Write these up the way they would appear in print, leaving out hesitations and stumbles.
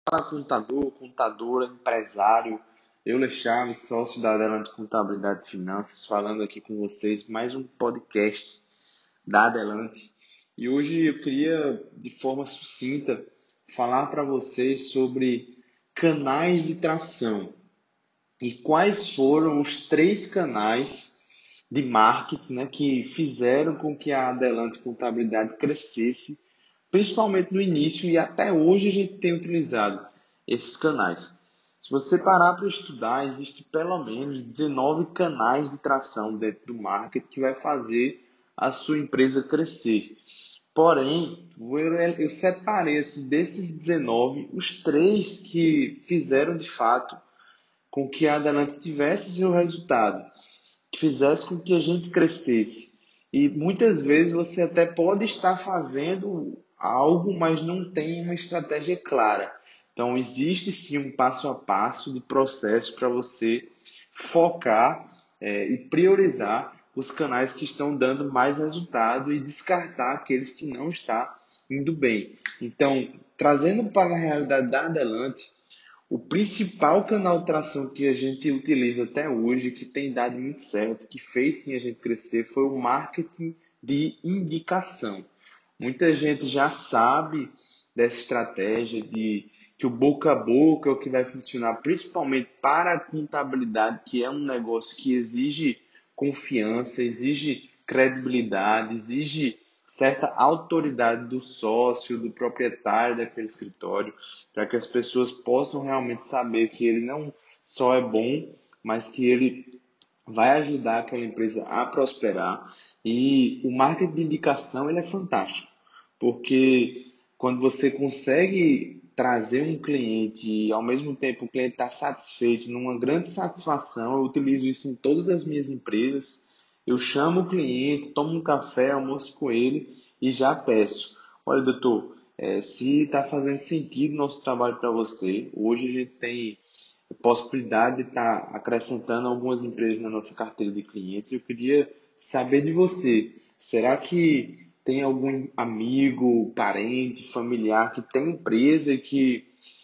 Fala contador, contadora, empresário, Euler Chaves, sócio da Adelante Contabilidade e Finanças, falando aqui com vocês mais um podcast da Adelante. E hoje eu queria, de forma sucinta, falar para vocês sobre canais de tração e quais foram os três canais de marketing, né, que fizeram com que a Adelante Contabilidade crescesse, principalmente no início e até hoje a gente tem utilizado esses canais. Se você parar para estudar, existe pelo menos 19 canais de tração dentro do marketing que vai fazer a sua empresa crescer. Porém, eu separei assim, desses 19, os três que fizeram de fato com que a Adelante tivesse seu resultado, que fizesse com que a gente crescesse. E muitas vezes você até pode estar fazendo algo, mas não tem uma estratégia clara. Então, existe sim um passo a passo de processo para você focar e priorizar os canais que estão dando mais resultado e descartar aqueles que não estão indo bem. Então, trazendo para a realidade da Adelante, o principal canal de tração que a gente utiliza até hoje, que tem dado muito certo, que fez sim a gente crescer, foi o marketing de indicação. Muita gente já sabe dessa estratégia de que o boca a boca é o que vai funcionar, principalmente para a contabilidade, que é um negócio que exige confiança, exige credibilidade, exige certa autoridade do sócio, do proprietário daquele escritório, para que as pessoas possam realmente saber que ele não só é bom, mas que ele vai ajudar aquela empresa a prosperar. E o marketing de indicação ele é fantástico, porque quando você consegue trazer um cliente e ao mesmo tempo o cliente está satisfeito, numa grande satisfação, eu utilizo isso em todas as minhas empresas. Eu chamo o cliente, tomo um café, almoço com ele e já peço: olha, doutor, se está fazendo sentido o nosso trabalho para você, hoje a gente tem possibilidade de estar acrescentando algumas empresas na nossa carteira de clientes. Eu queria saber de você, será que tem algum amigo, parente, familiar que tem empresa e que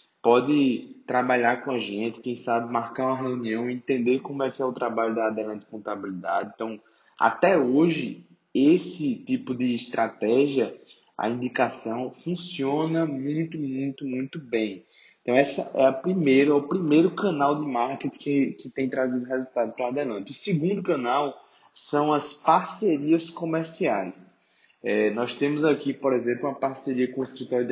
pode trabalhar com a gente, quem sabe marcar uma reunião e entender como é que é o trabalho da Adelante Contabilidade? Então, até hoje, esse tipo de estratégia, a indicação, funciona muito, muito, muito bem. Então, essa é o primeiro canal de marketing que tem trazido resultado para a Adelante. O segundo canal são as parcerias comerciais. Nós temos aqui, por exemplo, uma parceria com o escritório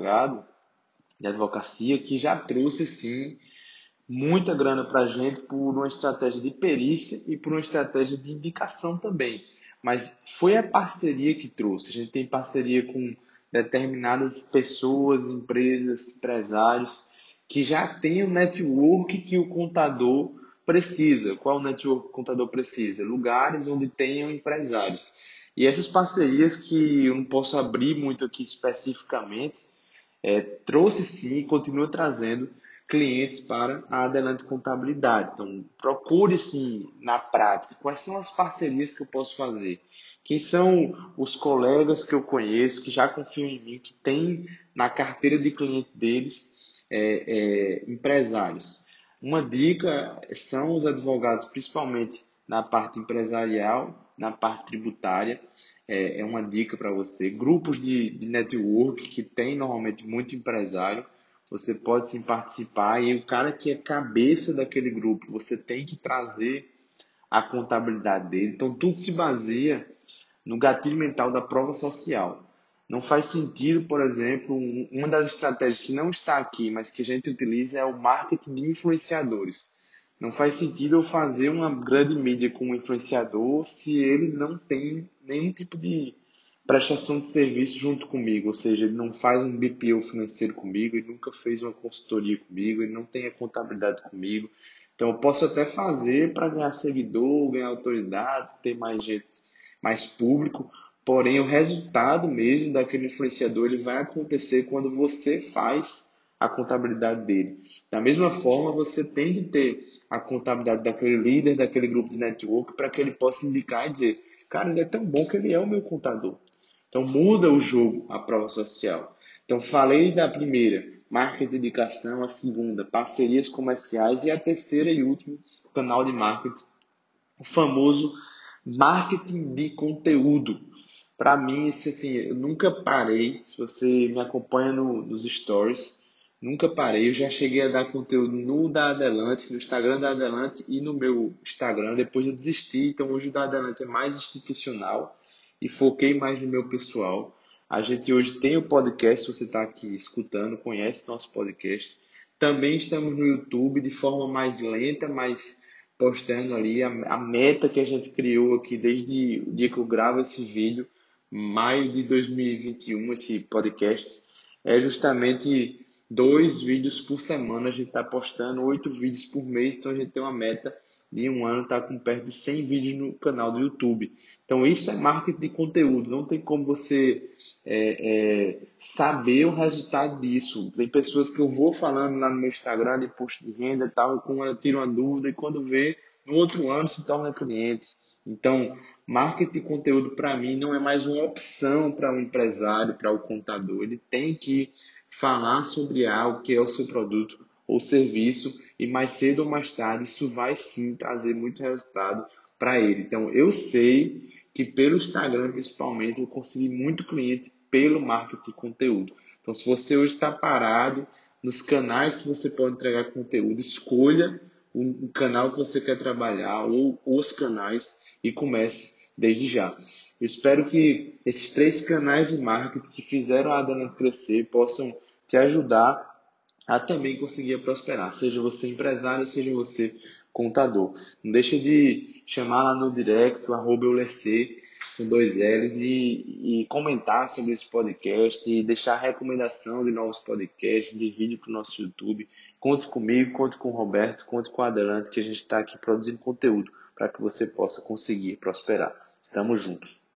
de advocacia, que já trouxe, sim, muita grana para a gente por uma estratégia de perícia e por uma estratégia de indicação também. Mas foi a parceria que trouxe. A gente tem parceria com determinadas pessoas, empresas, empresários, que já tem o network que o contador precisa. Qual o network que o contador precisa? Lugares onde tenham empresários. E essas parcerias, que eu não posso abrir muito aqui especificamente, trouxe sim e continua trazendo clientes para a Adelante Contabilidade. Então, procure sim na prática quais são as parcerias que eu posso fazer. Quem são os colegas que eu conheço, que já confiam em mim, que têm na carteira de cliente deles empresários. Uma dica são os advogados, principalmente na parte empresarial, na parte tributária, é uma dica para você. Grupos de network que tem normalmente muito empresário, você pode sim participar e o cara que é cabeça daquele grupo, você tem que trazer a contabilidade dele. Então tudo se baseia no gatilho mental da prova social. Não faz sentido, por exemplo, uma das estratégias que não está aqui, mas que a gente utiliza é o marketing de influenciadores. Não faz sentido eu fazer uma grande mídia com um influenciador se ele não tem nenhum tipo de prestação de serviço junto comigo, ou seja, ele não faz um BPO financeiro comigo, ele nunca fez uma consultoria comigo, ele não tem a contabilidade comigo. Então eu posso até fazer para ganhar seguidor, ganhar autoridade, ter mais gente, mais público, porém o resultado mesmo daquele influenciador ele vai acontecer quando você faz a contabilidade dele. Da mesma forma, você tem que ter a contabilidade daquele líder, daquele grupo de network, para que ele possa indicar e dizer: cara, ele é tão bom que ele é o meu contador. Então muda o jogo, a prova social. Então falei da primeira, marketing de indicação, a segunda, parcerias comerciais e a terceira e última, canal de marketing, o famoso marketing de conteúdo. Para mim, isso, assim, eu nunca parei. Se você me acompanha nos stories, nunca parei. Eu já cheguei a dar conteúdo no da Adelante, no Instagram da Adelante e no meu Instagram. Depois eu desisti. Então hoje o da Adelante é mais institucional e foquei mais no meu pessoal. A gente hoje tem o podcast, se você está aqui escutando, conhece nosso podcast. Também estamos no YouTube de forma mais lenta, mas postando ali a meta que a gente criou aqui desde o dia que eu gravo esse vídeo, maio de 2021, esse podcast, é justamente 2 vídeos por semana. A gente está postando 8 vídeos por mês, então a gente tem uma meta de um ano estar com perto de 100 vídeos no canal do YouTube. Então isso é marketing de conteúdo, não tem como você saber o resultado disso. Tem pessoas que eu vou falando lá no meu Instagram de post de renda e tal, e quando ela tira uma dúvida e quando vê, no outro ano se torna cliente. Então, marketing de conteúdo para mim não é mais uma opção para o empresário, para o contador. Ele tem que falar sobre algo que é o seu produto ou serviço e mais cedo ou mais tarde isso vai sim trazer muito resultado para ele. Então, eu sei que pelo Instagram, principalmente, eu consegui muito cliente pelo marketing de conteúdo. Então, se você hoje está parado nos canais que você pode entregar conteúdo, escolha o canal que você quer trabalhar ou os canais e comece desde já. Eu espero que esses 3 canais de marketing que fizeram a Adelante crescer possam te ajudar a também conseguir prosperar, seja você empresário, seja você contador. Não deixa de chamar lá no direct, o @eulerc, com 2 L's, e comentar sobre esse podcast, e deixar recomendação de novos podcasts, de vídeo para o nosso YouTube. Conte comigo, conte com o Roberto, conte com o Adelante, que a gente está aqui produzindo conteúdo para que você possa conseguir prosperar. Estamos juntos.